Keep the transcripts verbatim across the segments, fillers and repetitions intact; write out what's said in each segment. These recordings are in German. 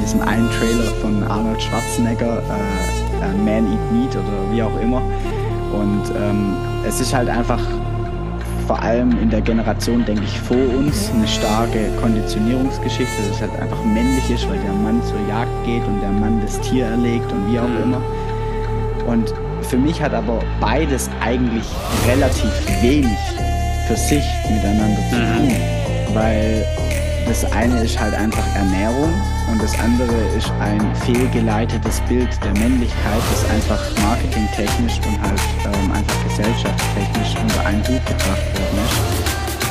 diesem einen Trailer von Arnold Schwarzenegger, äh, Man Eat Meat oder wie auch immer. Und ähm, es ist halt einfach vor allem in der Generation, denke ich, vor uns eine starke Konditionierungsgeschichte, dass es halt einfach männlich ist, weil der Mann zur Jagd geht und der Mann das Tier erlegt und wie auch immer. Und für mich hat aber beides eigentlich relativ wenig für sich miteinander zu tun, weil das eine ist halt einfach Ernährung und das andere ist ein fehlgeleitetes Bild der Männlichkeit, das einfach marketingtechnisch und halt ähm, einfach gesellschaftstechnisch unter einen Hut gebracht worden ist.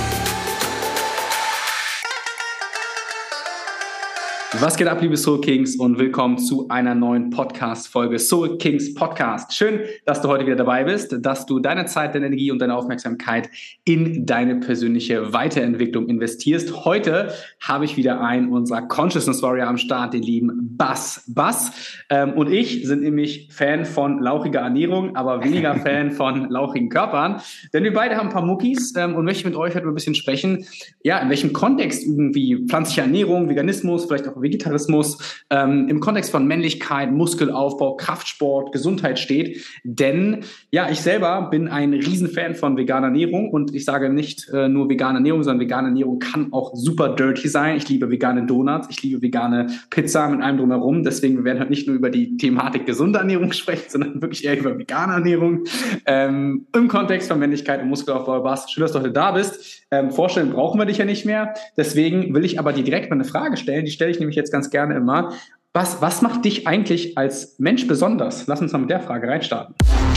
Was geht ab, liebe Soul Kings, und willkommen zu einer neuen Podcast-Folge Soul Kings Podcast. Schön, dass du heute wieder dabei bist, dass du deine Zeit, deine Energie und deine Aufmerksamkeit in deine persönliche Weiterentwicklung investierst. Heute habe ich wieder einen unserer Consciousness Warrior am Start, den lieben Bas. Bas ähm, und ich sind nämlich Fan von lauchiger Ernährung, aber weniger Fan von lauchigen Körpern, denn wir beide haben ein paar Muckis ähm, und möchte mit euch heute ein bisschen sprechen, ja, in welchem Kontext irgendwie pflanzliche Ernährung, Veganismus, vielleicht auch Vegetarismus ähm, im Kontext von Männlichkeit, Muskelaufbau, Kraftsport, Gesundheit steht. Denn ja, ich selber bin ein Riesenfan von veganer Ernährung und ich sage nicht äh, nur vegane Ernährung, sondern vegane Ernährung kann auch super dirty sein. Ich liebe vegane Donuts, ich liebe vegane Pizza mit allem drumherum. Deswegen wir werden heute nicht nur über die Thematik gesunde Ernährung sprechen, sondern wirklich eher über vegane Ernährung ähm, im Kontext von Männlichkeit und Muskelaufbau. Bas, schön, dass du heute da bist. Ähm, vorstellen brauchen wir dich ja nicht mehr. Deswegen will ich aber dir direkt mal eine Frage stellen. Die stelle ich nämlich jetzt ganz gerne immer. Was, was macht dich eigentlich als Mensch besonders? Lass uns mal mit der Frage reinstarten.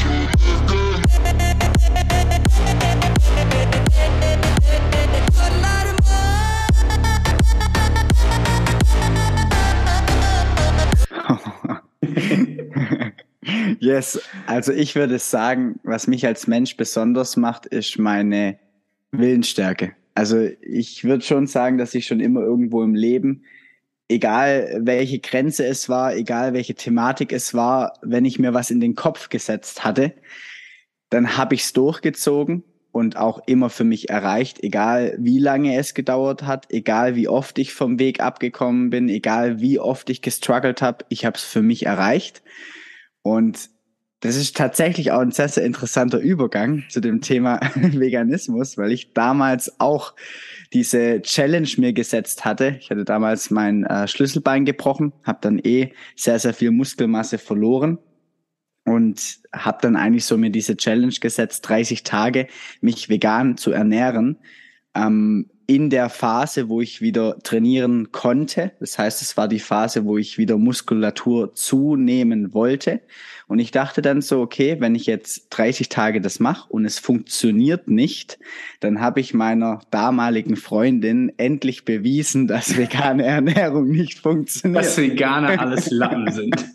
Yes, also ich würde sagen, was mich als Mensch besonders macht, ist meine Willensstärke. Also ich würde schon sagen, dass ich schon immer irgendwo im Leben, egal welche Grenze es war, egal welche Thematik es war, wenn ich mir was in den Kopf gesetzt hatte, dann habe ich es durchgezogen und auch immer für mich erreicht, egal wie lange es gedauert hat, egal wie oft ich vom Weg abgekommen bin, egal wie oft ich gestruggelt habe, ich habe es für mich erreicht. Und das ist tatsächlich auch ein sehr, sehr interessanter Übergang zu dem Thema Veganismus, weil ich damals auch diese Challenge mir gesetzt hatte. Ich hatte damals mein äh, Schlüsselbein gebrochen, habe dann eh sehr, sehr viel Muskelmasse verloren und habe dann eigentlich so mir diese Challenge gesetzt, dreißig Tage mich vegan zu ernähren. Ähm, in der Phase, wo ich wieder trainieren konnte. Das heißt, es war die Phase, wo ich wieder Muskulatur zunehmen wollte. Und ich dachte dann so, okay, wenn ich jetzt dreißig Tage das mache und es funktioniert nicht, dann habe ich meiner damaligen Freundin endlich bewiesen, dass vegane Ernährung nicht funktioniert. Dass Veganer alles Lappen sind.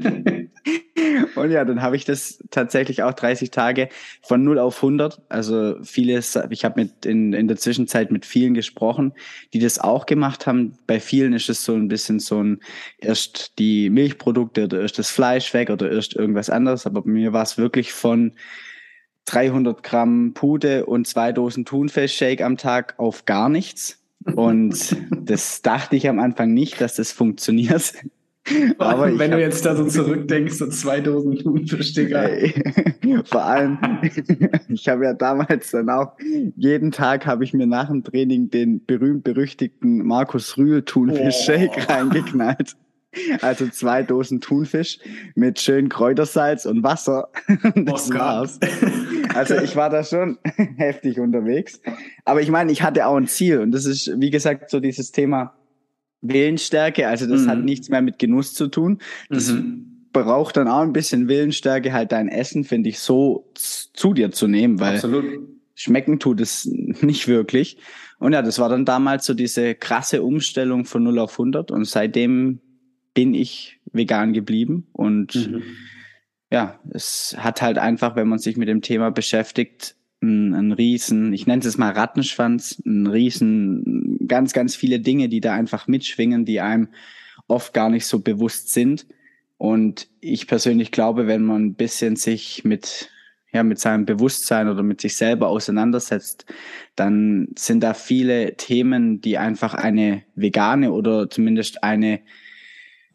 Und ja, dann habe ich das tatsächlich auch dreißig Tage von null auf hundert. Also vieles, ich habe mit in, in der Zwischenzeit mit vielen gesprochen, die das auch gemacht haben. Bei vielen ist es so ein bisschen so ein, erst die Milchprodukte oder erst das Fleisch weg oder erst irgendwas anderes. Aber bei mir war es wirklich von dreihundert Gramm Pude und zwei Dosen Thunfischshake am Tag auf gar nichts. Und das dachte ich am Anfang nicht, dass das funktioniert. Aber wenn du jetzt da so zurückdenkst, so zwei Dosen Thunfisch, Digga. Vor allem, ich habe ja damals dann auch, jeden Tag habe ich mir nach dem Training den berühmt-berüchtigten Markus Rühl Thunfisch-Shake oh. reingeknallt. Also zwei Dosen Thunfisch mit schön Kräutersalz und Wasser. Das oh war's. Also ich war da schon heftig unterwegs. Aber ich meine, ich hatte auch ein Ziel. Und das ist, wie gesagt, so dieses Thema Willensstärke, also das mhm. hat nichts mehr mit Genuss zu tun. Das mhm. braucht dann auch ein bisschen Willensstärke, halt dein Essen, finde ich, so zu dir zu nehmen, weil Absolut. Schmecken tut es nicht wirklich. Und ja, das war dann damals so diese krasse Umstellung von null auf hundert und seitdem bin ich vegan geblieben und mhm. ja, es hat halt einfach, wenn man sich mit dem Thema beschäftigt, ein, ein riesen, ich nenne es mal Rattenschwanz, ein riesen, ganz, ganz viele Dinge, die da einfach mitschwingen, die einem oft gar nicht so bewusst sind. Und ich persönlich glaube, wenn man ein bisschen sich mit, ja, mit seinem Bewusstsein oder mit sich selber auseinandersetzt, dann sind da viele Themen, die einfach eine vegane oder zumindest eine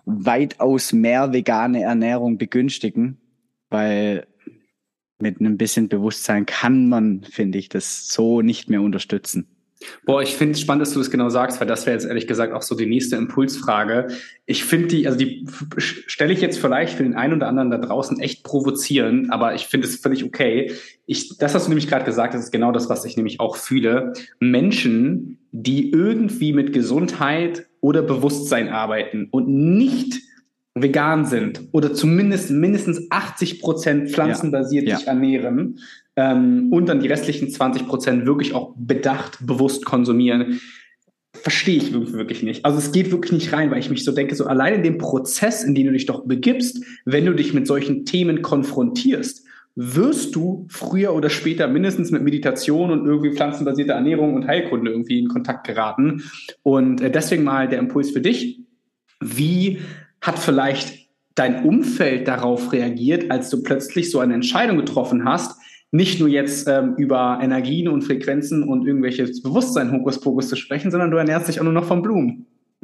weitaus mehr vegane Ernährung begünstigen, weil mit einem bisschen Bewusstsein kann man, finde ich, das so nicht mehr unterstützen. Boah, ich finde es spannend, dass du das genau sagst, weil das wäre jetzt ehrlich gesagt auch so die nächste Impulsfrage. Ich finde die, also die stelle ich jetzt vielleicht für den einen oder anderen da draußen echt provozierend, aber ich finde es völlig okay. Ich, das hast du nämlich gerade gesagt, das ist genau das, was ich nämlich auch fühle. Menschen, die irgendwie mit Gesundheit oder Bewusstsein arbeiten und nicht vegan sind oder zumindest mindestens achtzig Prozent pflanzenbasiert ja, sich ja. ernähren, ähm, und dann die restlichen zwanzig Prozent wirklich auch bedacht, bewusst konsumieren, verstehe ich wirklich nicht. Also es geht wirklich nicht rein, weil ich mich so denke, so allein in dem Prozess, in den du dich doch begibst, wenn du dich mit solchen Themen konfrontierst, wirst du früher oder später mindestens mit Meditation und irgendwie pflanzenbasierter Ernährung und Heilkunde irgendwie in Kontakt geraten. Und deswegen mal der Impuls für dich. Wie hat vielleicht dein Umfeld darauf reagiert, als du plötzlich so eine Entscheidung getroffen hast, nicht nur jetzt ähm, über Energien und Frequenzen und irgendwelches Bewusstsein Hokuspokus zu sprechen, sondern du ernährst dich auch nur noch von Blumen.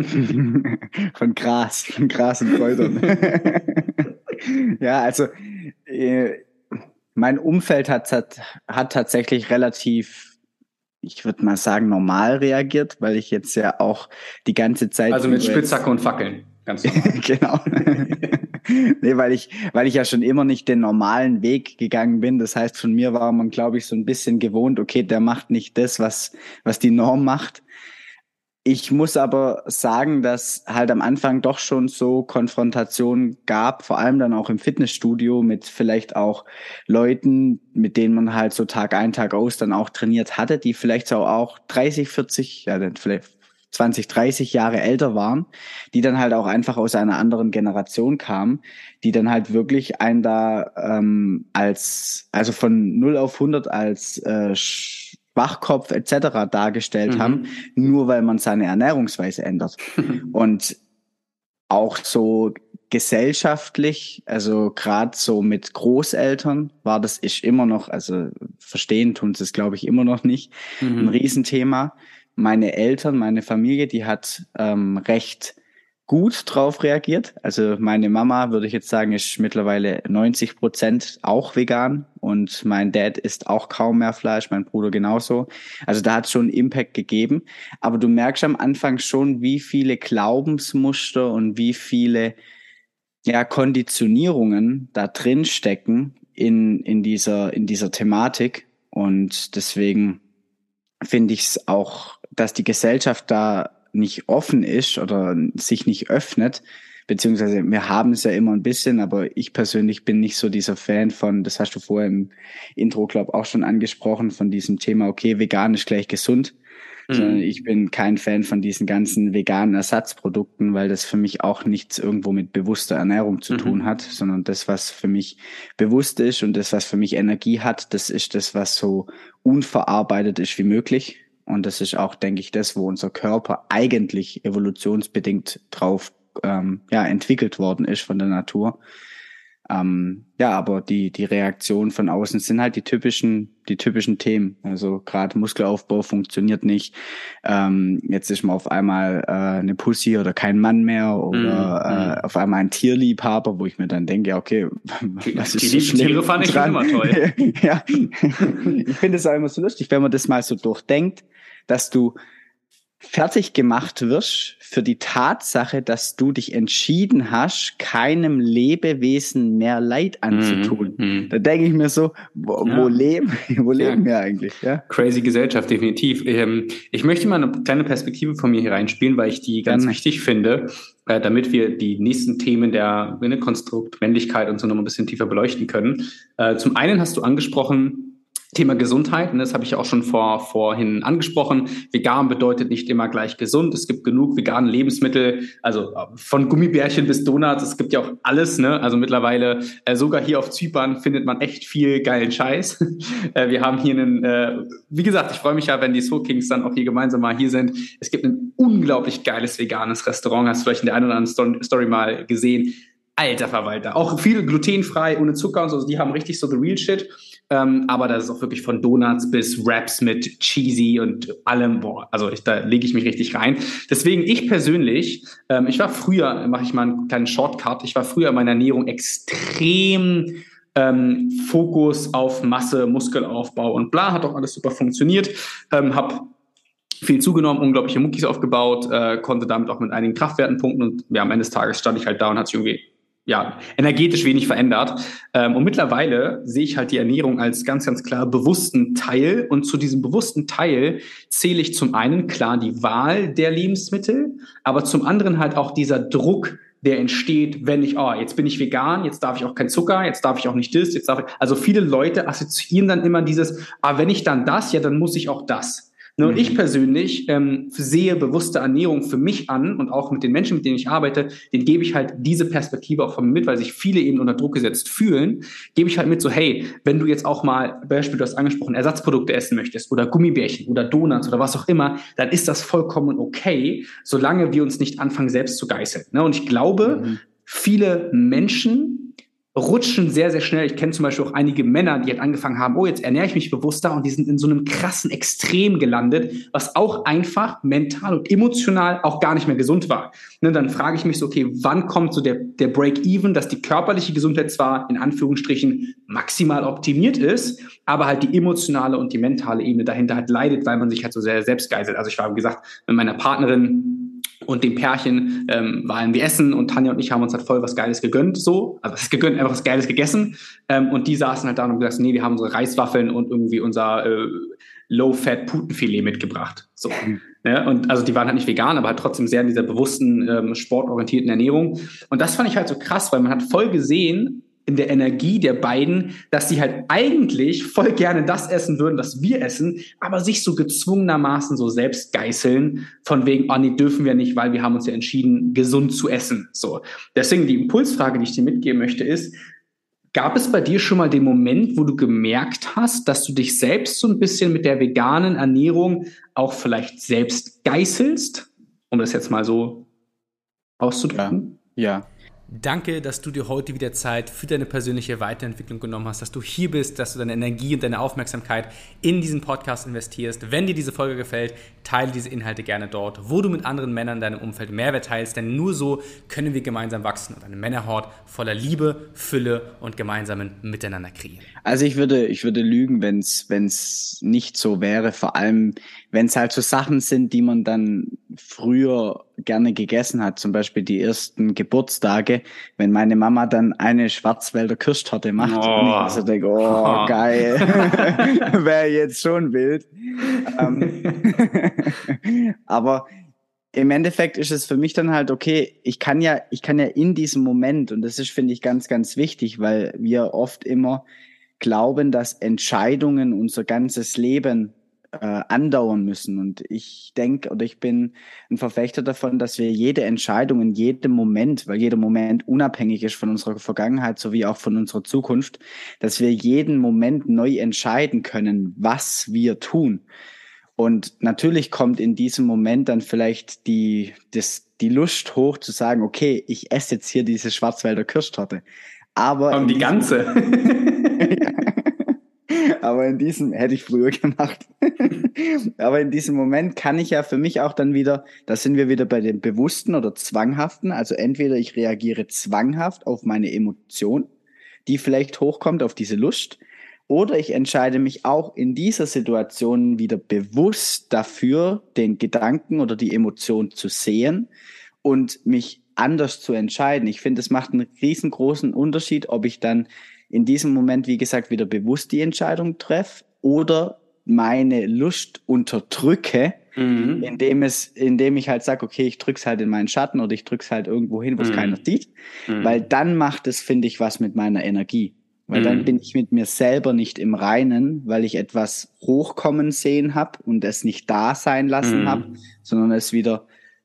Von Gras, von Gras und Kräutern. Ja, also äh, mein Umfeld hat, hat, hat tatsächlich relativ, ich würde mal sagen, normal reagiert, weil ich jetzt ja auch die ganze Zeit... Also mit Spitzhacke und Fackeln, ganz normal. Genau. Nee, weil ich, weil ich ja schon immer nicht den normalen Weg gegangen bin. Das heißt, von mir war man, glaube ich, so ein bisschen gewohnt, okay, der macht nicht das, was, was die Norm macht. Ich muss aber sagen, dass halt am Anfang doch schon so Konfrontationen gab, vor allem dann auch im Fitnessstudio mit vielleicht auch Leuten, mit denen man halt so Tag ein, Tag aus dann auch trainiert hatte, die vielleicht so auch dreißig, vierzig, ja, vielleicht zwanzig, dreißig Jahre älter waren, die dann halt auch einfach aus einer anderen Generation kamen, die dann halt wirklich einen da ähm, als, also von null auf hundert als äh, Schwachkopf et cetera dargestellt mhm. haben, nur weil man seine Ernährungsweise ändert. Und auch so gesellschaftlich, also gerade so mit Großeltern war das ist immer noch, also verstehen tun sie es, glaube ich, immer noch nicht, mhm. ein Riesenthema. Meine Eltern, meine Familie, die hat ähm, recht gut drauf reagiert. Also meine Mama, würde ich jetzt sagen, ist mittlerweile neunzig Prozent auch vegan und mein Dad isst auch kaum mehr Fleisch, mein Bruder genauso. Also da hat es schon einen Impact gegeben. Aber du merkst am Anfang schon, wie viele Glaubensmuster und wie viele ja, Konditionierungen da drin stecken in, in dieser, in dieser Thematik. Und deswegen finde ich es auch, dass die Gesellschaft da nicht offen ist oder sich nicht öffnet, beziehungsweise wir haben es ja immer ein bisschen, aber ich persönlich bin nicht so dieser Fan von, das hast du vorher im Intro, glaube ich, auch schon angesprochen, von diesem Thema, okay, vegan ist gleich gesund, mhm. sondern ich bin kein Fan von diesen ganzen veganen Ersatzprodukten, weil das für mich auch nichts irgendwo mit bewusster Ernährung zu mhm. tun hat, sondern das, was für mich bewusst ist und das, was für mich Energie hat, das ist das, was so unverarbeitet ist wie möglich. Und das ist auch, denke ich, das, wo unser Körper eigentlich evolutionsbedingt drauf ähm, ja, entwickelt worden ist von der Natur. Ähm, ja, aber die die Reaktionen von außen sind halt die typischen die typischen Themen. Also gerade Muskelaufbau funktioniert nicht. Ähm, jetzt ist man auf einmal äh, eine Pussy oder kein Mann mehr oder mm, äh, mm. auf einmal ein Tierliebhaber, wo ich mir dann denke, ja, okay, was die, ist die so schlimm Tiere fand ich schon immer toll. Ja, ich finde es auch immer so lustig, wenn man das mal so durchdenkt, dass du fertig gemacht wirst für die Tatsache, dass du dich entschieden hast, keinem Lebewesen mehr Leid anzutun. Mm-hmm. Da denke ich mir so, wo, ja. wo leben, wo ja. leben wir eigentlich? Ja? Crazy Gesellschaft, definitiv. Ich möchte mal eine kleine Perspektive von mir hier reinspielen, weil ich die ganz Gerne. wichtig finde, damit wir die nächsten Themen der Konstrukt, Männlichkeit und so noch ein bisschen tiefer beleuchten können. Zum einen hast du angesprochen, Thema Gesundheit, und das habe ich ja auch schon vor, vorhin angesprochen. Vegan bedeutet nicht immer gleich gesund. Es gibt genug vegane Lebensmittel, also von Gummibärchen bis Donuts. Es gibt ja auch alles, ne? Also mittlerweile, äh, sogar hier auf Zypern findet man echt viel geilen Scheiß. äh, wir haben hier einen, äh, wie gesagt, ich freue mich ja, wenn die Soul Kings dann auch hier gemeinsam mal hier sind. Es gibt ein unglaublich geiles veganes Restaurant. Hast du vielleicht in der einen oder anderen Story mal gesehen. Alter Verwalter. Auch viel glutenfrei, ohne Zucker und so. Die haben richtig so the real shit. Ähm, aber das ist auch wirklich von Donuts bis Wraps mit Cheesy und allem. Boah, also ich, da lege ich mich richtig rein. Deswegen ich persönlich, ähm, ich war früher, mache ich mal einen kleinen Shortcut, ich war früher in meiner Ernährung extrem ähm, Fokus auf Masse, Muskelaufbau und bla, hat auch alles super funktioniert. Ähm, hab viel zugenommen, unglaubliche Muckis aufgebaut, äh, konnte damit auch mit einigen Kraftwerten punkten und ja, am Ende des Tages stand ich halt da und hat sich irgendwie ja, energetisch wenig verändert. Ähm, und mittlerweile sehe ich halt die Ernährung als ganz, ganz klar bewussten Teil. Und zu diesem bewussten Teil zähle ich zum einen klar die Wahl der Lebensmittel, aber zum anderen halt auch dieser Druck, der entsteht, wenn ich, oh, jetzt bin ich vegan, jetzt darf ich auch kein Zucker, jetzt darf ich auch nicht das, jetzt darf ich, also viele Leute assoziieren dann immer dieses, ah, wenn ich dann das, ja, dann muss ich auch das. Ne, und ich persönlich ähm, sehe bewusste Ernährung für mich an und auch mit den Menschen, mit denen ich arbeite, denen gebe ich halt diese Perspektive auch von mir mit, weil sich viele eben unter Druck gesetzt fühlen, gebe ich halt mit so, hey, wenn du jetzt auch mal, Beispiel, du hast angesprochen, Ersatzprodukte essen möchtest oder Gummibärchen oder Donuts oder was auch immer, dann ist das vollkommen okay, solange wir uns nicht anfangen, selbst zu geißeln. Ne? Und ich glaube, mhm. viele Menschen rutschen sehr, sehr schnell. Ich kenne zum Beispiel auch einige Männer, die halt angefangen haben, oh, jetzt ernähre ich mich bewusster und die sind in so einem krassen Extrem gelandet, was auch einfach mental und emotional auch gar nicht mehr gesund war. Ne, dann frage ich mich so, okay, wann kommt so der, der Break-Even, dass die körperliche Gesundheit zwar in Anführungsstrichen maximal optimiert ist, aber halt die emotionale und die mentale Ebene dahinter halt leidet, weil man sich halt so sehr selbst geißelt. Also ich war, wie gesagt, mit meiner Partnerin und dem Pärchen ähm, waren wir essen und Tanja und ich haben uns halt voll was Geiles gegönnt, so, also was gegönnt, einfach was Geiles gegessen ähm, und die saßen halt da und haben gesagt, nee, wir haben unsere Reiswaffeln und irgendwie unser äh, Low-Fat-Putenfilet mitgebracht, so. Mhm. Ja, und also die waren halt nicht vegan, aber halt trotzdem sehr in dieser bewussten, ähm, sportorientierten Ernährung und das fand ich halt so krass, weil man hat voll gesehen, in der Energie der beiden, dass sie halt eigentlich voll gerne das essen würden, was wir essen, aber sich so gezwungenermaßen so selbst geißeln, von wegen, oh nee, dürfen wir nicht, weil wir haben uns ja entschieden, gesund zu essen. So. Deswegen die Impulsfrage, die ich dir mitgeben möchte, ist, gab es bei dir schon mal den Moment, wo du gemerkt hast, dass du dich selbst so ein bisschen mit der veganen Ernährung auch vielleicht selbst geißelst? Um das jetzt mal so auszudrücken. Ja, ja. Danke, dass du dir heute wieder Zeit für deine persönliche Weiterentwicklung genommen hast, dass du hier bist, dass du deine Energie und deine Aufmerksamkeit in diesen Podcast investierst. Wenn dir diese Folge gefällt, teile diese Inhalte gerne dort, wo du mit anderen Männern in deinem Umfeld Mehrwert teilst, denn nur so können wir gemeinsam wachsen und eine Männerhort voller Liebe, Fülle und gemeinsamen Miteinander kreieren. Also ich würde, ich würde lügen, wenn es, wenn es nicht so wäre, vor allem wenn es halt so Sachen sind, die man dann früher gerne gegessen hat, zum Beispiel die ersten Geburtstage, wenn meine Mama dann eine Schwarzwälder Kirschtorte macht oh. und ich also denke, oh, oh. geil, wäre jetzt schon wild. Aber im Endeffekt ist es für mich dann halt okay, ich kann ja, ich kann ja in diesem Moment, und das ist, finde ich, ganz, ganz wichtig, weil wir oft immer glauben, dass Entscheidungen unser ganzes Leben äh, andauern müssen. Und ich denke, oder ich bin ein Verfechter davon, dass wir jede Entscheidung in jedem Moment, weil jeder Moment unabhängig ist von unserer Vergangenheit sowie auch von unserer Zukunft, dass wir jeden Moment neu entscheiden können, was wir tun. Und natürlich kommt in diesem Moment dann vielleicht die, das, die Lust hoch zu sagen, okay, ich esse jetzt hier diese Schwarzwälder Kirschtorte. Aber um die ganze. Aber in diesem, hätte ich früher gemacht. Aber in diesem Moment kann ich ja für mich auch dann wieder, da sind wir wieder bei dem Bewussten oder Zwanghaften. Also entweder ich reagiere zwanghaft auf meine Emotion, die vielleicht hochkommt, auf diese Lust. Oder ich entscheide mich auch in dieser Situation wieder bewusst dafür, den Gedanken oder die Emotion zu sehen und mich anders zu entscheiden. Ich finde, es macht einen riesengroßen Unterschied, ob ich dann in diesem Moment, wie gesagt, wieder bewusst die Entscheidung treffe oder meine Lust unterdrücke, mhm. indem es, indem ich halt sage, okay, ich drück's halt in meinen Schatten oder ich drück's halt irgendwo hin, wo es mhm. keiner sieht. Mhm. Weil dann macht es, finde ich, was mit meiner Energie. Weil mhm. dann bin ich mit mir selber nicht im Reinen, weil ich etwas hochkommen sehen habe und es nicht da sein lassen mhm. habe, sondern es wieder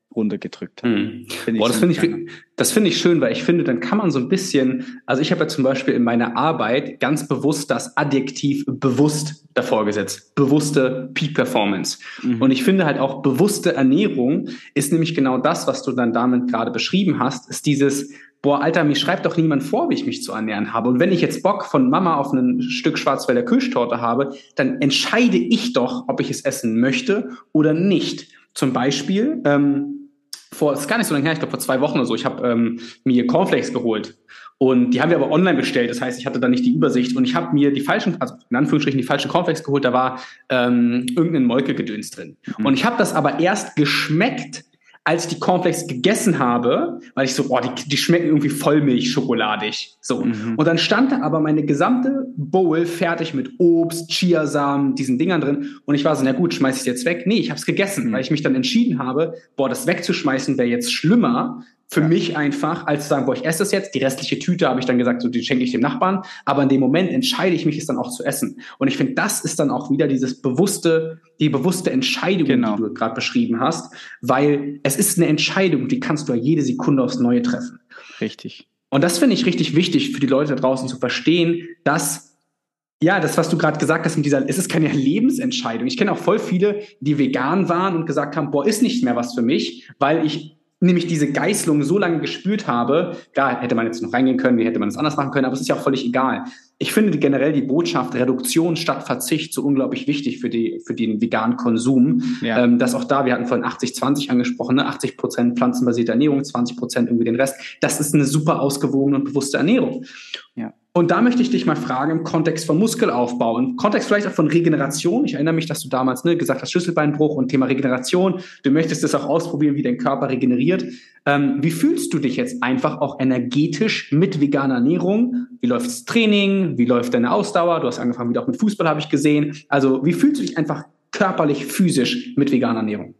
runtergedrückt hat. Mhm. Boah, das finde ich, das finde ich schön, weil ich finde, dann kann man so ein bisschen, also ich habe ja zum Beispiel in meiner Arbeit ganz bewusst das Adjektiv bewusst davor gesetzt. Bewusste Peak-Performance. Mhm. Und ich finde halt auch bewusste Ernährung ist nämlich genau das, was du dann damit gerade beschrieben hast, ist dieses, boah, Alter, mir schreibt doch niemand vor, wie ich mich zu ernähren habe. Und wenn ich jetzt Bock von Mama auf ein Stück Schwarzwälder Kirschtorte habe, dann entscheide ich doch, ob ich es essen möchte oder nicht. Zum Beispiel, ähm, vor, das ist gar nicht so lange her, ich glaube vor zwei Wochen oder so, ich habe ähm, mir Cornflakes geholt und die haben wir aber online bestellt, das heißt, ich hatte da nicht die Übersicht und ich habe mir die falschen, also in Anführungsstrichen die falschen Cornflakes geholt, da war ähm, irgendein Molkegedöns drin. Mhm. Und ich habe das aber erst geschmeckt, als ich die Cornflakes gegessen habe, weil ich so, oh, die, die schmecken irgendwie vollmilchschokoladig. So. Mhm. Und dann stand da aber meine gesamte Bowl fertig mit Obst, Chiasamen, diesen Dingern drin. Und ich war so, na gut, schmeiß ich es jetzt weg? Nee, ich habe es gegessen, mhm. weil ich mich dann entschieden habe, boah, das wegzuschmeißen wäre jetzt schlimmer für ja. mich einfach, als zu sagen, boah, ich esse das jetzt. Die restliche Tüte habe ich dann gesagt, so, die schenke ich dem Nachbarn. Aber in dem Moment entscheide ich mich, es dann auch zu essen. Und ich finde, das ist dann auch wieder dieses bewusste, die bewusste Entscheidung, genau. die du gerade beschrieben hast. Weil es ist eine Entscheidung, die kannst du ja jede Sekunde aufs Neue treffen. Richtig. Und das finde ich richtig wichtig für die Leute da draußen zu verstehen, dass ja, das, was du gerade gesagt hast mit dieser, es ist keine Lebensentscheidung. Ich kenne auch voll viele, die vegan waren und gesagt haben, boah, ist nicht mehr was für mich, weil ich nämlich diese Geißelung so lange gespürt habe. Klar, hätte man jetzt noch reingehen können, wie hätte man es anders machen können, aber es ist ja auch völlig egal. Ich finde generell die Botschaft Reduktion statt Verzicht so unglaublich wichtig für die für den veganen Konsum. Ja. Ähm, dass auch da, wir hatten vorhin achtzig zwanzig angesprochen, ne? achtzig Prozent pflanzenbasierte Ernährung, zwanzig Prozent irgendwie den Rest. Das ist eine super ausgewogene und bewusste Ernährung. Ja. Und da möchte ich dich mal fragen, im Kontext von Muskelaufbau, im Kontext vielleicht auch von Regeneration. Ich erinnere mich, dass du damals ne, gesagt hast, Schlüsselbeinbruch und Thema Regeneration. Du möchtest das auch ausprobieren, wie dein Körper regeneriert. Ähm, wie fühlst du dich jetzt einfach auch energetisch mit veganer Ernährung? Wie läuft das Training? Wie läuft deine Ausdauer? Du hast angefangen wieder auch mit Fußball, habe ich gesehen. Also wie fühlst du dich einfach körperlich, physisch mit veganer Ernährung?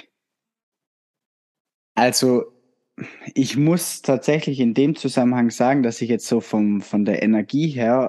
Also ich muss tatsächlich in dem Zusammenhang sagen, dass ich jetzt so vom, von der Energie her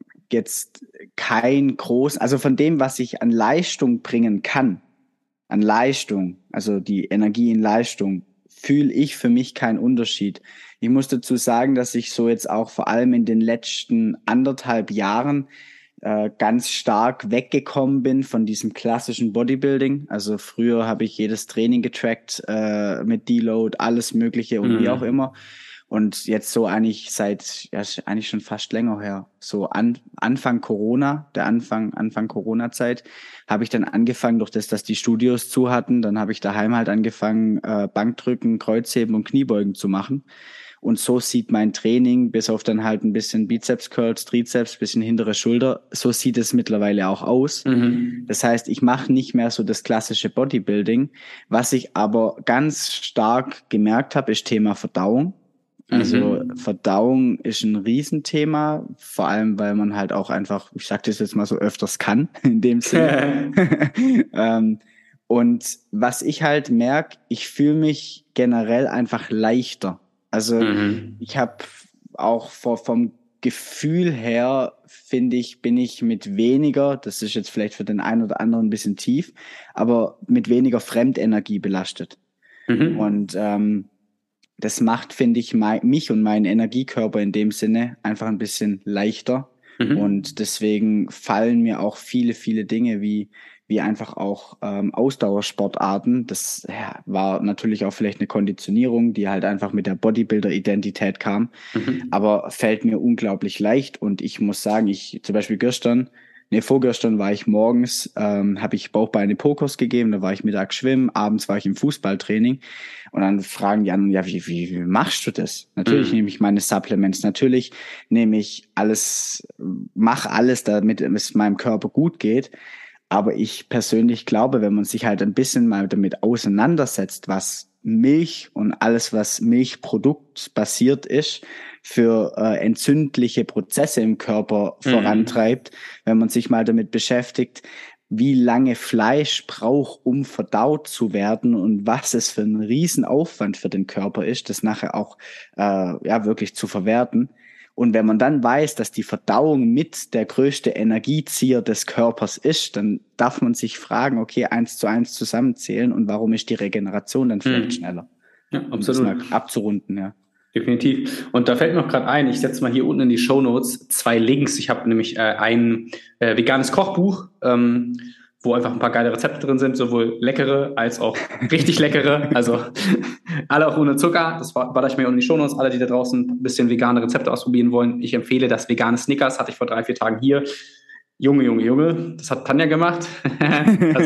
jetzt kein groß, also von dem, was ich an Leistung bringen kann, an Leistung, also die Energie in Leistung, fühle ich für mich keinen Unterschied. Ich muss dazu sagen, dass ich so jetzt auch vor allem in den letzten anderthalb Jahren äh, ganz stark weggekommen bin von diesem klassischen Bodybuilding. Also früher habe ich jedes Training getrackt äh, mit Deload, alles Mögliche und mhm. wie auch immer. Und jetzt so eigentlich seit, ja, eigentlich schon fast länger her, so an, Anfang Corona, der Anfang, Anfang Corona-Zeit, habe ich dann angefangen, durch das, dass die Studios zu hatten, dann habe ich daheim halt angefangen, äh, Bankdrücken, Kreuzheben und Kniebeugen zu machen. Und so sieht mein Training, bis auf dann halt ein bisschen Bizeps-Curls, Trizeps, bisschen hintere Schulter, so sieht es mittlerweile auch aus. Mhm. Das heißt, ich mache nicht mehr so das klassische Bodybuilding. Was ich aber ganz stark gemerkt habe, ist Thema Verdauung. Also mhm. Verdauung ist ein Riesenthema, vor allem, weil man halt auch einfach, ich sag das jetzt mal so, öfters kann, in dem Sinne. ähm, und was ich halt merke, ich fühle mich generell einfach leichter. Also mhm. ich habe auch vor, vom Gefühl her, finde ich, bin ich mit weniger, das ist jetzt vielleicht für den einen oder anderen ein bisschen tief, aber mit weniger Fremdenergie belastet. Mhm. Und ähm, das macht, finde ich, mein, mich und meinen Energiekörper in dem Sinne einfach ein bisschen leichter. Mhm. Und deswegen fallen mir auch viele, viele Dinge wie wie einfach auch ähm, Ausdauersportarten. Das ja, war natürlich auch vielleicht eine Konditionierung, die halt einfach mit der Bodybuilder-Identität kam. Mhm. Aber fällt mir unglaublich leicht. Und ich muss sagen, ich zum Beispiel gestern, nee, vorgestern war ich morgens, ähm, habe ich Bauchbeine-Po-Kurs gegeben, da war ich mittags schwimmen, abends war ich im Fußballtraining. Und dann fragen die anderen, ja, wie, wie, wie machst du das? Natürlich mhm. nehme ich meine Supplements, natürlich nehme ich alles, mache alles, damit es meinem Körper gut geht. Aber ich persönlich glaube, wenn man sich halt ein bisschen mal damit auseinandersetzt, was Milch und alles, was milchproduktbasiert ist, für äh, entzündliche Prozesse im Körper mhm. vorantreibt, wenn man sich mal damit beschäftigt, wie lange Fleisch braucht, um verdaut zu werden und was es für ein Riesenaufwand für den Körper ist, das nachher auch äh, ja wirklich zu verwerten. Und wenn man dann weiß, dass die Verdauung mit der größte Energiezieher des Körpers ist, dann darf man sich fragen, okay, eins zu eins zusammenzählen und warum ist die Regeneration dann vielleicht mhm. schneller? Ja, absolut. Um das mal abzurunden, ja. Definitiv. Und da fällt mir noch gerade ein, ich setze mal hier unten in die Shownotes zwei Links. Ich habe nämlich äh, ein äh, veganes Kochbuch, ähm, wo einfach ein paar geile Rezepte drin sind, sowohl leckere als auch richtig leckere. Also alle auch ohne Zucker. Das war, war ich mir in die Shownotes. Alle, die da draußen ein bisschen vegane Rezepte ausprobieren wollen. Ich empfehle das vegane Snickers. Hatte ich vor drei, vier Tagen hier. Junge, Junge, Junge. Das hat Tanja gemacht. also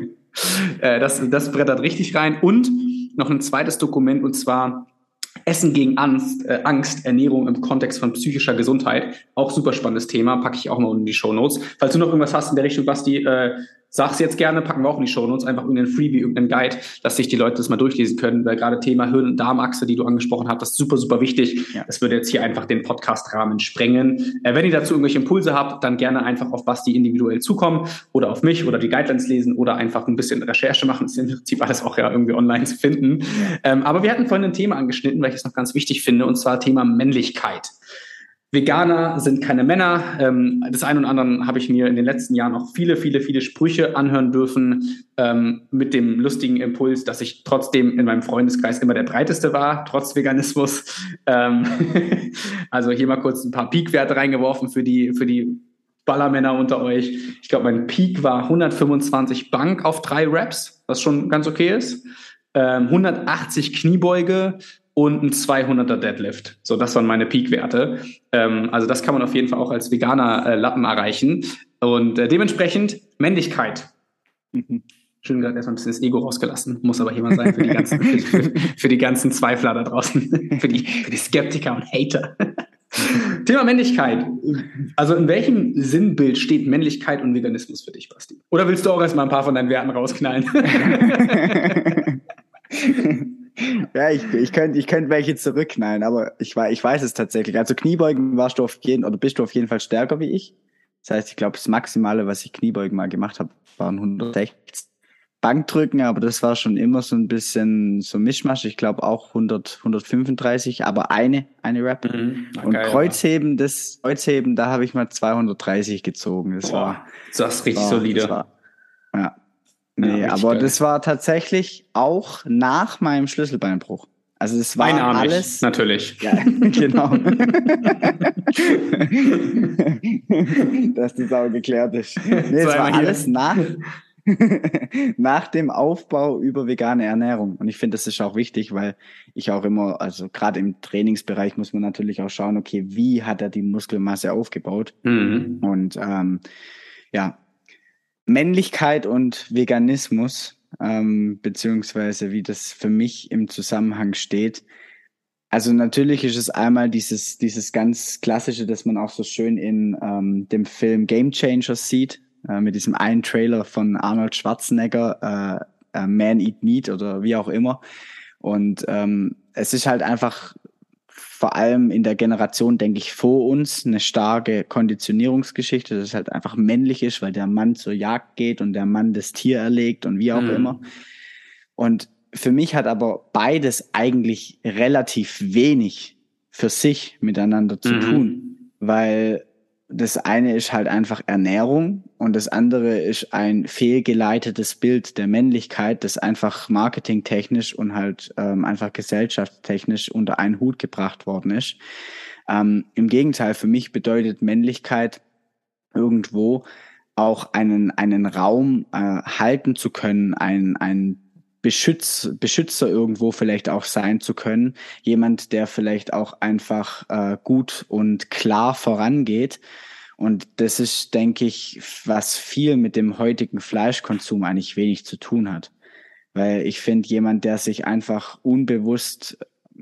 äh, das, das brettert richtig rein. Und noch ein zweites Dokument, und zwar Essen gegen Angst, äh, Angst, Ernährung im Kontext von psychischer Gesundheit. Auch super spannendes Thema, packe ich auch mal in die Shownotes. Falls du noch irgendwas hast in der Richtung, Basti, äh, sag's jetzt gerne, packen wir auch in die Shownotes, einfach irgendeinen Freebie, irgendeinen Guide, dass sich die Leute das mal durchlesen können, weil gerade Thema Hirn- und Darmachse, die du angesprochen hast, das ist super, super wichtig. Ja. Das würde jetzt hier einfach den Podcast-Rahmen sprengen. Äh, wenn ihr dazu irgendwelche Impulse habt, dann gerne einfach auf Basti individuell zukommen oder auf mich oder die Guidelines lesen oder einfach ein bisschen Recherche machen. Das ist im Prinzip alles auch ja irgendwie online zu finden. Ja. Ähm, aber wir hatten vorhin ein Thema angeschnitten, weil ich es noch ganz wichtig finde, und zwar Thema Männlichkeit. Veganer sind keine Männer. Ähm, des einen oder anderen habe ich mir in den letzten Jahren auch viele, viele, viele Sprüche anhören dürfen, ähm, mit dem lustigen Impuls, dass ich trotzdem in meinem Freundeskreis immer der Breiteste war, trotz Veganismus. Ähm, also hier mal kurz ein paar Peak-Werte reingeworfen für die, für die Ballermänner unter euch. Ich glaube, mein Peak war hundertfünfundzwanzig Bank auf drei Reps, was schon ganz okay ist. Ähm, hundertachtzig Kniebeuge und ein zweihunderter Deadlift. So, das waren meine Peak-Werte. Ähm, also das kann man auf jeden Fall auch als veganer äh, Lappen erreichen. Und äh, dementsprechend Männlichkeit. Mhm. Schön gesagt, erstmal ein bisschen das Ego rausgelassen. Muss aber jemand sein für die ganzen, für, für, für die ganzen Zweifler da draußen. für, die, für die Skeptiker und Hater. Thema Männlichkeit. Also in welchem Sinnbild steht Männlichkeit und Veganismus für dich, Basti? Oder willst du auch erstmal ein paar von deinen Werten rausknallen? Ja, ich, ich könnte ich könnte welche zurückknallen, aber ich, ich weiß es tatsächlich. Also Kniebeugen warst du auf jeden, oder bist du auf jeden Fall stärker wie ich. Das heißt, ich glaube, das Maximale, was ich Kniebeugen mal gemacht habe, waren hundertsechzig. Bankdrücken, aber das war schon immer so ein bisschen so Mischmasch. Ich glaube auch hundert, hundertfünfunddreißig, aber eine, eine Rep. Mhm. Und geil, Kreuzheben, ja. das Kreuzheben, da habe ich mal zweihundertdreißig gezogen. Das Boah, war, das ist richtig war, solide. Das war, ja. Nee, ja, aber geil. Das war tatsächlich auch nach meinem Schlüsselbeinbruch. Also es war Einarmig, alles natürlich. Ja, genau. Dass das auch geklärt ist. Nee, es war alles nach, nach dem Aufbau über vegane Ernährung. Und ich finde, das ist auch wichtig, weil ich auch immer, also gerade im Trainingsbereich muss man natürlich auch schauen, okay, wie hat er die Muskelmasse aufgebaut? Mhm. Und ähm, ja, Männlichkeit und Veganismus, ähm, beziehungsweise wie das für mich im Zusammenhang steht. Also natürlich ist es einmal dieses dieses ganz Klassische, das man auch so schön in ähm, dem Film Game Changers sieht, äh, mit diesem einen Trailer von Arnold Schwarzenegger, äh, äh, Man Eat Meat oder wie auch immer. Und ähm, es ist halt einfach vor allem in der Generation, denke ich, vor uns eine starke Konditionierungsgeschichte, dass es halt einfach männlich ist, weil der Mann zur Jagd geht und der Mann das Tier erlegt und wie auch mhm. immer. Und für mich hat aber beides eigentlich relativ wenig für sich miteinander zu mhm. tun, weil das eine ist halt einfach Ernährung und das andere ist ein fehlgeleitetes Bild der Männlichkeit, das einfach marketingtechnisch und halt ähm, einfach gesellschaftstechnisch unter einen Hut gebracht worden ist. Ähm, im Gegenteil, für mich bedeutet Männlichkeit irgendwo auch einen einen Raum äh, halten zu können, ein ein Beschütz, Beschützer irgendwo vielleicht auch sein zu können. Jemand, der vielleicht auch einfach äh, gut und klar vorangeht. Und das ist, denke ich, was viel mit dem heutigen Fleischkonsum eigentlich wenig zu tun hat. Weil ich finde, jemand, der sich einfach unbewusst,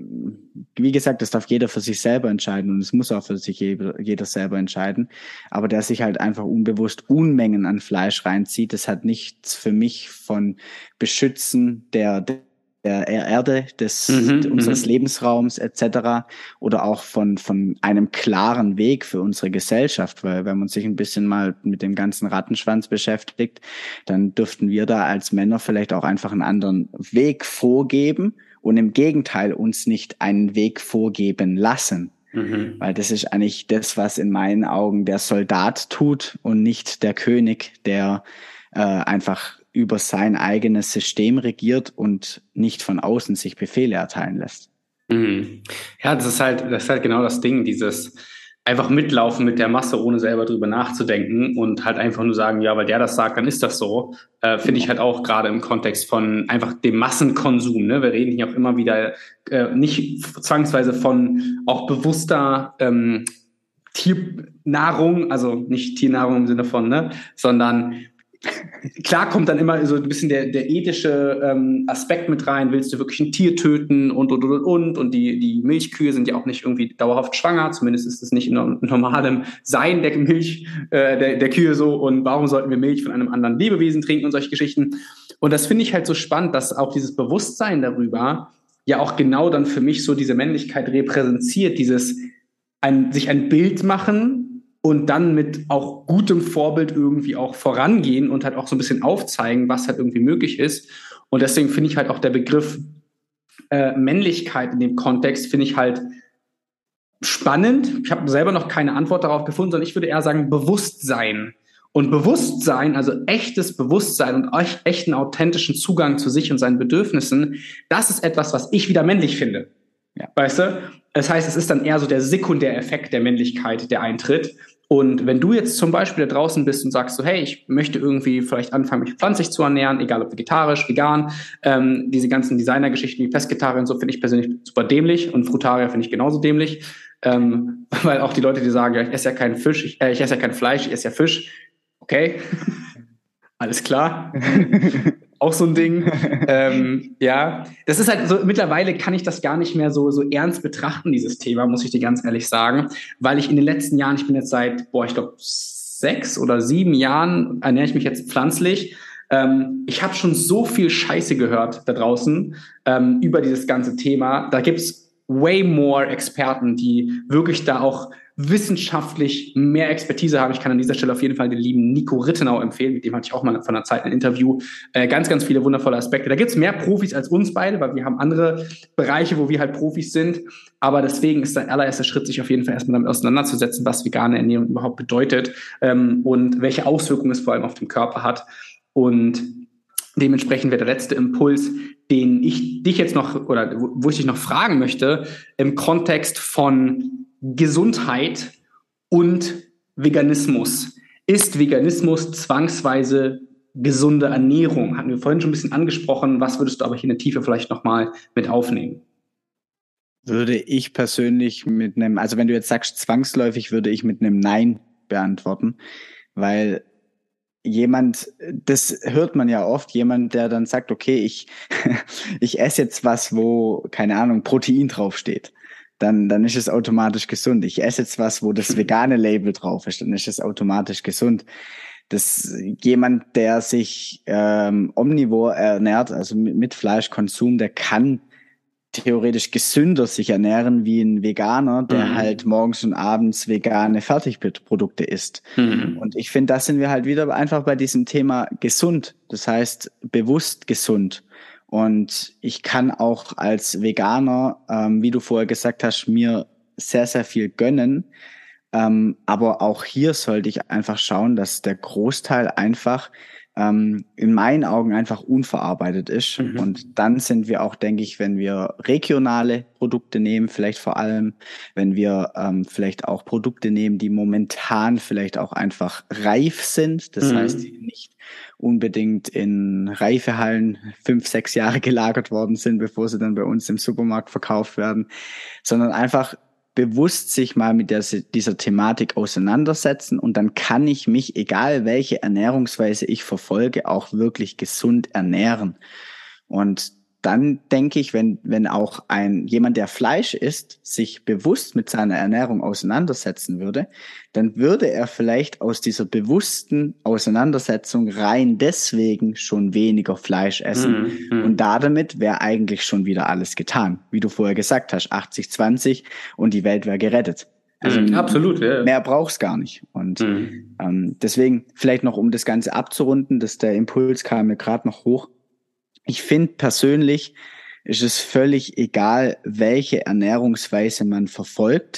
wie gesagt, das darf jeder für sich selber entscheiden und es muss auch für sich jeder, jeder selber entscheiden, aber der sich halt einfach unbewusst Unmengen an Fleisch reinzieht, das hat nichts für mich von Beschützen der, der Erde, des, mhm, unseres m- Lebensraums et cetera oder auch von, von einem klaren Weg für unsere Gesellschaft, weil wenn man sich ein bisschen mal mit dem ganzen Rattenschwanz beschäftigt, dann dürften wir da als Männer vielleicht auch einfach einen anderen Weg vorgeben und im Gegenteil uns nicht einen Weg vorgeben lassen. Mhm. Weil das ist eigentlich das, was in meinen Augen der Soldat tut und nicht der König, der äh, einfach über sein eigenes System regiert und nicht von außen sich Befehle erteilen lässt. Mhm. Ja, das ist halt, das ist halt genau das Ding, dieses einfach mitlaufen mit der Masse, ohne selber drüber nachzudenken und halt einfach nur sagen, ja, weil der das sagt, dann ist das so, äh, finde ich halt auch gerade im Kontext von einfach dem Massenkonsum, ne? Wir reden hier auch immer wieder äh, nicht zwangsweise von auch bewusster ähm, Tiernahrung, also nicht Tiernahrung im Sinne von, ne, sondern klar kommt dann immer so ein bisschen der, der ethische ähm, Aspekt mit rein. Willst du wirklich ein Tier töten und, und, und, und. Und die, die Milchkühe sind ja auch nicht irgendwie dauerhaft schwanger. Zumindest ist es nicht in normalem Sein der Milch, äh, der, der Kühe so. Und warum sollten wir Milch von einem anderen Lebewesen trinken und solche Geschichten? Und das finde ich halt so spannend, dass auch dieses Bewusstsein darüber ja auch genau dann für mich so diese Männlichkeit repräsentiert. Dieses ein, sich ein Bild machen und dann mit auch gutem Vorbild irgendwie auch vorangehen und halt auch so ein bisschen aufzeigen, was halt irgendwie möglich ist. Und deswegen finde ich halt auch der Begriff äh, Männlichkeit in dem Kontext, finde ich halt spannend. Ich habe selber noch keine Antwort darauf gefunden, sondern ich würde eher sagen Bewusstsein. Und Bewusstsein, also echtes Bewusstsein und echten authentischen Zugang zu sich und seinen Bedürfnissen, das ist etwas, was ich wieder männlich finde. Ja. Weißt du? Das heißt, es ist dann eher so der Sekundäreffekt der Männlichkeit, der eintritt. Und wenn du jetzt zum Beispiel da draußen bist und sagst so, hey, ich möchte irgendwie vielleicht anfangen, mich pflanzlich zu ernähren, egal ob vegetarisch, vegan, ähm, diese ganzen Designergeschichten wie Pesketarier so finde ich persönlich super dämlich und Frutarier finde ich genauso dämlich, ähm, weil auch die Leute, die sagen, ja, ich esse ja keinen Fisch, ich, äh, ich esse ja kein Fleisch, ich esse ja Fisch, okay, alles klar. Auch so ein Ding. ähm, ja, das ist halt so, mittlerweile kann ich das gar nicht mehr so, so ernst betrachten, dieses Thema, muss ich dir ganz ehrlich sagen, weil ich in den letzten Jahren, ich bin jetzt seit, boah, ich glaube, sechs oder sieben Jahren ernähre ich mich jetzt pflanzlich. Ähm, ich habe schon so viel Scheiße gehört da draußen ähm, über dieses ganze Thema. Da gibt's way more Experten, die wirklich da auch wissenschaftlich mehr Expertise haben. Ich kann an dieser Stelle auf jeden Fall den lieben Nico Rittenau empfehlen, mit dem hatte ich auch mal von einer Zeit ein Interview. Äh, ganz, ganz viele wundervolle Aspekte. Da gibt's mehr Profis als uns beide, weil wir haben andere Bereiche, wo wir halt Profis sind. Aber deswegen ist der allererste Schritt, sich auf jeden Fall erstmal damit auseinanderzusetzen, was vegane Ernährung überhaupt bedeutet ähm, und welche Auswirkungen es vor allem auf den Körper hat. Und dementsprechend wäre der letzte Impuls, den ich dich jetzt noch, oder wo ich dich noch fragen möchte, im Kontext von Gesundheit und Veganismus. Ist Veganismus zwangsweise gesunde Ernährung? Hatten wir vorhin schon ein bisschen angesprochen. Was würdest du aber hier in der Tiefe vielleicht nochmal mit aufnehmen? Würde ich persönlich mit einem, also wenn du jetzt sagst zwangsläufig, würde ich mit einem Nein beantworten, weil jemand, das hört man ja oft, jemand, der dann sagt, okay, ich, ich esse jetzt was, wo, keine Ahnung, Protein draufsteht. Dann, dann ist es automatisch gesund. Ich esse jetzt was, wo das vegane Label drauf ist, dann ist es automatisch gesund. Das jemand, der sich ähm, omnivor ernährt, also mit, mit Fleischkonsum, der kann theoretisch gesünder sich ernähren wie ein Veganer, der mhm. halt morgens und abends vegane Fertigprodukte isst. Mhm. Und ich finde, da sind wir halt wieder einfach bei diesem Thema gesund. Das heißt, bewusst gesund. Und ich kann auch als Veganer, ähm, wie du vorher gesagt hast, mir sehr, sehr viel gönnen. Ähm, aber auch hier sollte ich einfach schauen, dass der Großteil einfach ähm, in meinen Augen einfach unverarbeitet ist. Mhm. Und dann sind wir auch, denke ich, wenn wir regionale Produkte nehmen, vielleicht vor allem, wenn wir ähm, vielleicht auch Produkte nehmen, die momentan vielleicht auch einfach reif sind. Das mhm. heißt, die nicht unbedingt in Reifehallen fünf, sechs Jahre gelagert worden sind, bevor sie dann bei uns im Supermarkt verkauft werden, sondern einfach bewusst sich mal mit der, dieser Thematik auseinandersetzen und dann kann ich mich, egal welche Ernährungsweise ich verfolge, auch wirklich gesund ernähren. Und dann denke ich, wenn, wenn auch ein, jemand, der Fleisch isst, sich bewusst mit seiner Ernährung auseinandersetzen würde, dann würde er vielleicht aus dieser bewussten Auseinandersetzung rein deswegen schon weniger Fleisch essen. Mhm. Und damit wäre eigentlich schon wieder alles getan. Wie du vorher gesagt hast, achtzig zwanzig und die Welt wäre gerettet. Also mhm, absolut, ja. Mehr brauch's gar nicht. Und mhm. ähm, deswegen, vielleicht noch, um das Ganze abzurunden, dass der Impuls kam mir gerade noch hoch. Ich finde persönlich, ist es völlig egal, welche Ernährungsweise man verfolgt.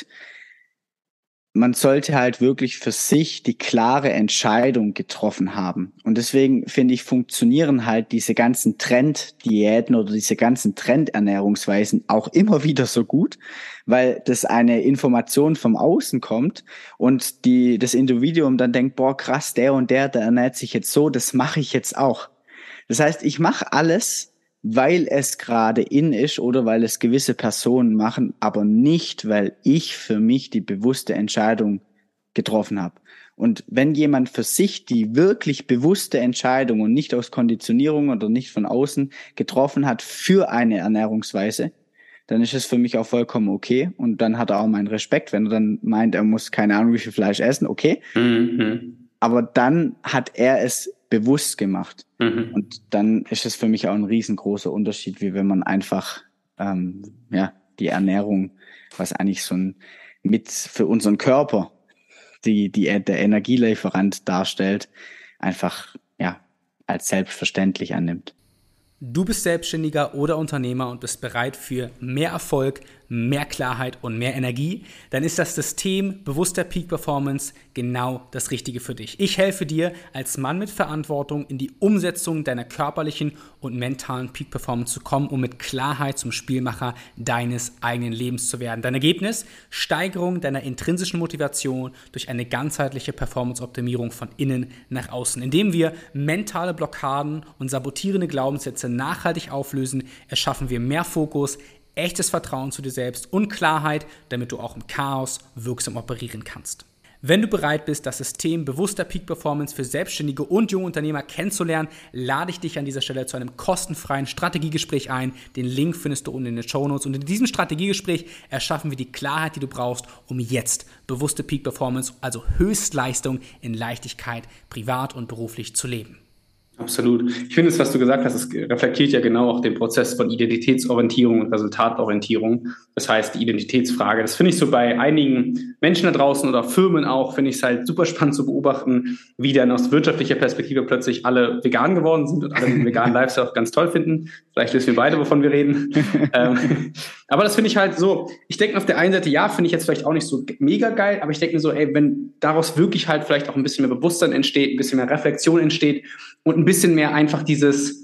Man sollte halt wirklich für sich die klare Entscheidung getroffen haben. Und deswegen finde ich, funktionieren halt diese ganzen Trenddiäten oder diese ganzen Trendernährungsweisen auch immer wieder so gut, weil das eine Information vom Außen kommt und die, das Individuum dann denkt, boah krass, der und der, der ernährt sich jetzt so, das mache ich jetzt auch. Das heißt, ich mache alles, weil es gerade in ist oder weil es gewisse Personen machen, aber nicht, weil ich für mich die bewusste Entscheidung getroffen habe. Und wenn jemand für sich die wirklich bewusste Entscheidung und nicht aus Konditionierung oder nicht von außen getroffen hat für eine Ernährungsweise, dann ist es für mich auch vollkommen okay. Und dann hat er auch meinen Respekt, wenn er dann meint, er muss keine Ahnung wie viel Fleisch essen, okay. Mhm. Aber dann hat er es bewusst gemacht. Mhm. Und dann ist es für mich auch ein riesengroßer Unterschied, wie wenn man einfach ähm, ja die Ernährung, was eigentlich so ein mit für unseren Körper die die der Energielieferant darstellt, einfach ja als selbstverständlich annimmt. Du bist Selbstständiger oder Unternehmer und bist bereit für mehr Erfolg, mehr Klarheit und mehr Energie, dann ist das System bewusster Peak Performance genau das Richtige für dich. Ich helfe dir als Mann mit Verantwortung in die Umsetzung deiner körperlichen und mentalen Peak Performance zu kommen, um mit Klarheit zum Spielmacher deines eigenen Lebens zu werden. Dein Ergebnis? Steigerung deiner intrinsischen Motivation durch eine ganzheitliche Performance-Optimierung von innen nach außen. Indem wir mentale Blockaden und sabotierende Glaubenssätze nachhaltig auflösen, erschaffen wir mehr Fokus, echtes Vertrauen zu dir selbst und Klarheit, damit du auch im Chaos wirksam operieren kannst. Wenn du bereit bist, das System bewusster Peak Performance für Selbstständige und junge Unternehmer kennenzulernen, lade ich dich an dieser Stelle zu einem kostenfreien Strategiegespräch ein. Den Link findest du unten in den Shownotes. Und in diesem Strategiegespräch erschaffen wir die Klarheit, die du brauchst, um jetzt bewusste Peak Performance, also Höchstleistung in Leichtigkeit, privat und beruflich zu leben. Absolut. Ich finde es, was du gesagt hast, es reflektiert ja genau auch den Prozess von Identitätsorientierung und Resultatorientierung. Das heißt, die Identitätsfrage, das finde ich so bei einigen Menschen da draußen oder Firmen auch, finde ich es halt super spannend zu beobachten, wie dann aus wirtschaftlicher Perspektive plötzlich alle vegan geworden sind und alle den veganen Lifestyle auch ganz toll finden. Vielleicht wissen wir beide, wovon wir reden. ähm, aber das finde ich halt so, ich denke auf der einen Seite, ja, finde ich jetzt vielleicht auch nicht so mega geil, aber ich denke mir so, ey, wenn daraus wirklich halt vielleicht auch ein bisschen mehr Bewusstsein entsteht, ein bisschen mehr Reflexion entsteht und ein bisschen mehr einfach dieses,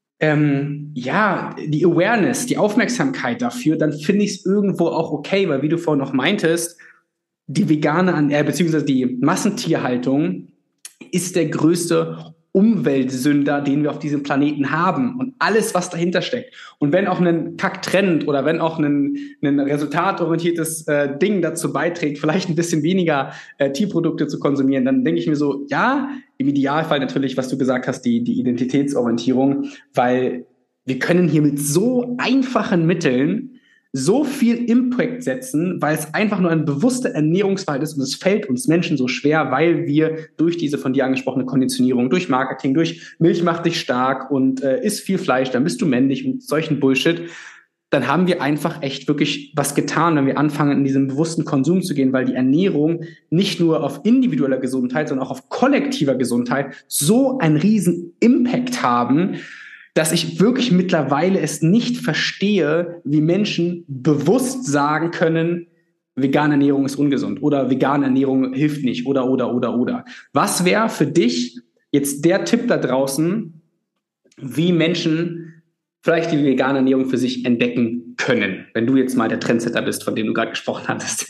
ähm, ja, die Awareness, die Aufmerksamkeit dafür, dann finde ich es irgendwo auch okay, weil wie du vorhin noch meintest, die vegane, äh, beziehungsweise die Massentierhaltung ist der größte Umweltsünder, den wir auf diesem Planeten haben und alles, was dahinter steckt. Und wenn auch ein Kack-Trend oder wenn auch ein, ein resultatorientiertes äh, Ding dazu beiträgt, vielleicht ein bisschen weniger äh, Tierprodukte zu konsumieren, dann denke ich mir so, ja, im Idealfall natürlich, was du gesagt hast, die, die Identitätsorientierung, weil wir können hier mit so einfachen Mitteln so viel Impact setzen, weil es einfach nur ein bewusster Ernährungsverhalten ist und es fällt uns Menschen so schwer, weil wir durch diese von dir angesprochene Konditionierung, durch Marketing, durch Milch macht dich stark und äh, isst viel Fleisch, dann bist du männlich und solchen Bullshit, dann haben wir einfach echt wirklich was getan, wenn wir anfangen, in diesen bewussten Konsum zu gehen, weil die Ernährung nicht nur auf individueller Gesundheit, sondern auch auf kollektiver Gesundheit so einen riesen Impact haben, dass ich wirklich mittlerweile es nicht verstehe, wie Menschen bewusst sagen können, vegane Ernährung ist ungesund oder vegane Ernährung hilft nicht oder, oder, oder, oder. Was wäre für dich jetzt der Tipp da draußen, wie Menschen vielleicht die vegane Ernährung für sich entdecken können, wenn du jetzt mal der Trendsetter bist, von dem du gerade gesprochen hattest?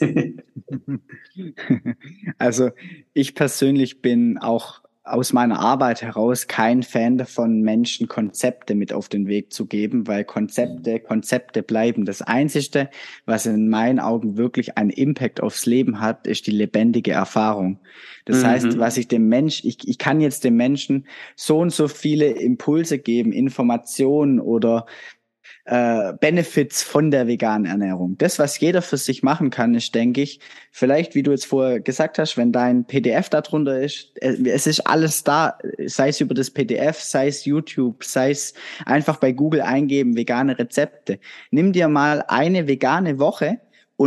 Also ich persönlich bin auch aus meiner Arbeit heraus kein Fan davon, Menschen Konzepte mit auf den Weg zu geben, weil Konzepte, Konzepte bleiben. Das Einzige, was in meinen Augen wirklich einen Impact aufs Leben hat, ist die lebendige Erfahrung. Das mhm. heißt, was ich dem Mensch, ich, ich kann jetzt dem Menschen so und so viele Impulse geben, Informationen oder äh, Benefits von der veganen Ernährung. Das, was jeder für sich machen kann, ist, denke ich, vielleicht, wie du jetzt vorher gesagt hast, wenn dein P D F da drunter ist, es ist alles da, sei es über das P D F, sei es YouTube, sei es einfach bei Google eingeben, vegane Rezepte. Nimm dir mal eine vegane Woche und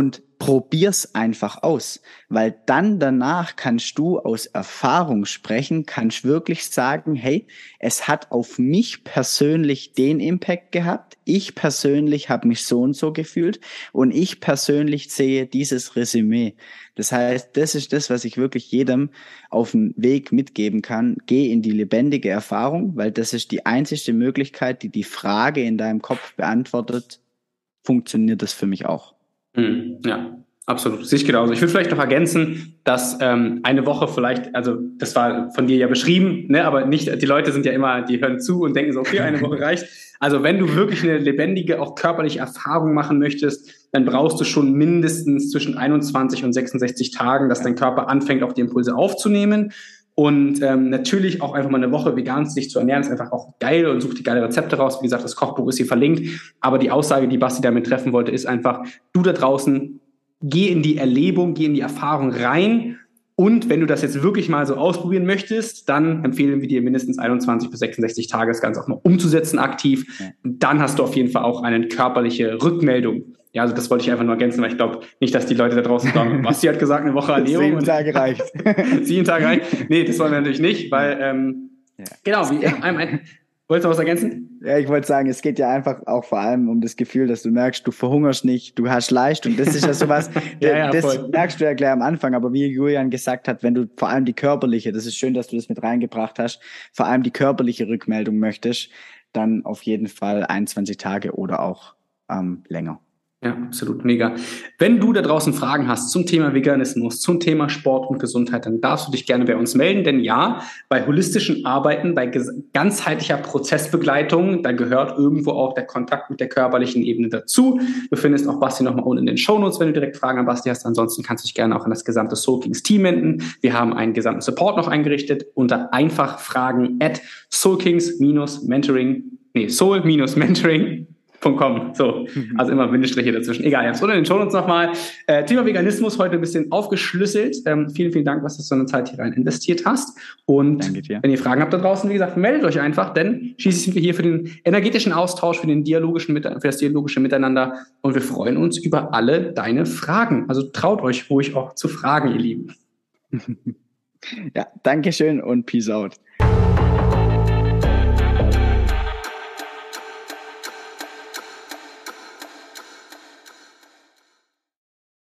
probier's einfach aus, weil dann danach kannst du aus Erfahrung sprechen, kannst wirklich sagen, hey, es hat auf mich persönlich den Impact gehabt, ich persönlich habe mich so und so gefühlt und ich persönlich sehe dieses Resümee. Das heißt, das ist das, was ich wirklich jedem auf dem Weg mitgeben kann. Geh in die lebendige Erfahrung, weil das ist die einzige Möglichkeit, die die Frage in deinem Kopf beantwortet, funktioniert das für mich auch. Mhm, ja, absolut. Sehe ich genauso. Ich würde vielleicht noch ergänzen, dass ähm, eine Woche vielleicht, also das war von dir ja beschrieben, ne, aber nicht, die Leute sind ja immer, die hören zu und denken so, okay, eine Woche reicht. Also wenn du wirklich eine lebendige, auch körperliche Erfahrung machen möchtest, dann brauchst du schon mindestens zwischen einundzwanzig und sechsundsechzig Tagen, dass dein Körper anfängt, auch die Impulse aufzunehmen. Und ähm, natürlich auch einfach mal eine Woche vegan sich zu ernähren, ist einfach auch geil und sucht die geile Rezepte raus. Wie gesagt, das Kochbuch ist hier verlinkt. Aber die Aussage, die Basti damit treffen wollte, ist einfach, du da draußen, geh in die Erlebung, geh in die Erfahrung rein. Und wenn du das jetzt wirklich mal so ausprobieren möchtest, dann empfehlen wir dir mindestens einundzwanzig bis sechsundsechzig Tage das Ganze auch mal umzusetzen aktiv. Ja. Dann hast du auf jeden Fall auch eine körperliche Rückmeldung. Ja, also das wollte ich einfach nur ergänzen, weil ich glaube nicht, dass die Leute da draußen sagen, Basti hat gesagt, eine Woche Ernährung. Sieben Tage reicht. Sieben Tage reicht. Nee, das wollen wir natürlich nicht, weil, ähm, ja. genau, wie, ja, ein, ein, wolltest du was ergänzen? Ja, ich wollte sagen, es geht ja einfach auch vor allem um das Gefühl, dass du merkst, du verhungerst nicht, du hast leicht und das ist ja sowas, ja, ja, das voll. Merkst du ja gleich am Anfang, aber wie Julian gesagt hat, wenn du vor allem die körperliche, das ist schön, dass du das mit reingebracht hast, vor allem die körperliche Rückmeldung möchtest, dann auf jeden Fall einundzwanzig Tage oder auch ähm, länger. Ja, absolut, mega. Wenn du da draußen Fragen hast zum Thema Veganismus, zum Thema Sport und Gesundheit, dann darfst du dich gerne bei uns melden, denn ja, bei holistischen Arbeiten, bei ganzheitlicher Prozessbegleitung, da gehört irgendwo auch der Kontakt mit der körperlichen Ebene dazu. Du findest auch Basti nochmal unten in den Shownotes, wenn du direkt Fragen an Basti hast. Ansonsten kannst du dich gerne auch an das gesamte Soul Kings Team wenden. Wir haben einen gesamten Support noch eingerichtet unter einfachfragen at soulkings-mentoring, nee, soul-mentoring .com. So, also immer Bindestriche dazwischen. Egal, ich habe es unter den Shownotes nochmal. Äh, Thema Veganismus heute ein bisschen aufgeschlüsselt. Ähm, vielen, vielen Dank, dass du so eine Zeit hier rein investiert hast. Und wenn ihr Fragen habt da draußen, wie gesagt, meldet euch einfach, denn schließlich sind wir hier für den energetischen Austausch, für den dialogischen, für das dialogische Miteinander und wir freuen uns über alle deine Fragen. Also traut euch ruhig auch zu fragen, ihr Lieben. Ja, Dankeschön und Peace out.